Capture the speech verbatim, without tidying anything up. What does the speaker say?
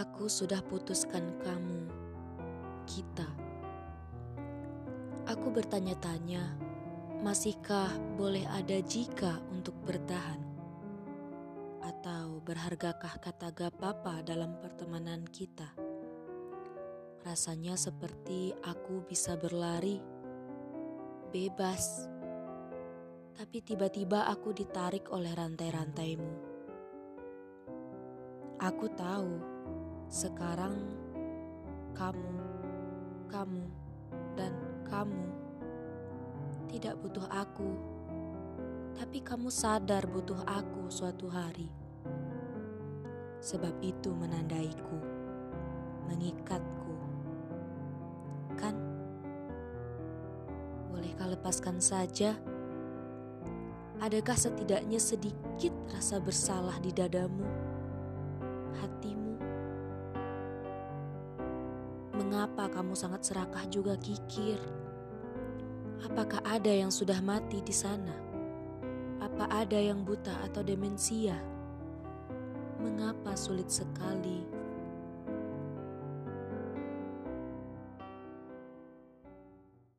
Aku sudah putuskan kamu, kita. Aku bertanya-tanya, masihkah boleh ada jika untuk bertahan? Atau berhargakah kata gak apa-apa dalam pertemanan kita? Rasanya seperti aku bisa berlari, bebas. Tapi tiba-tiba aku ditarik oleh rantai-rantaimu. Aku tahu, sekarang kamu, kamu, dan kamu tidak butuh aku. Tapi kamu sadar butuh aku suatu hari. Sebab itu menandaiku, mengikatku. Kan? Bolehkah lepaskan saja? Adakah setidaknya sedikit rasa bersalah di dadamu, hatimu? Mengapa kamu sangat serakah juga kikir? Apakah ada yang sudah mati di sana? Apa ada yang buta atau demensia? Mengapa sulit sekali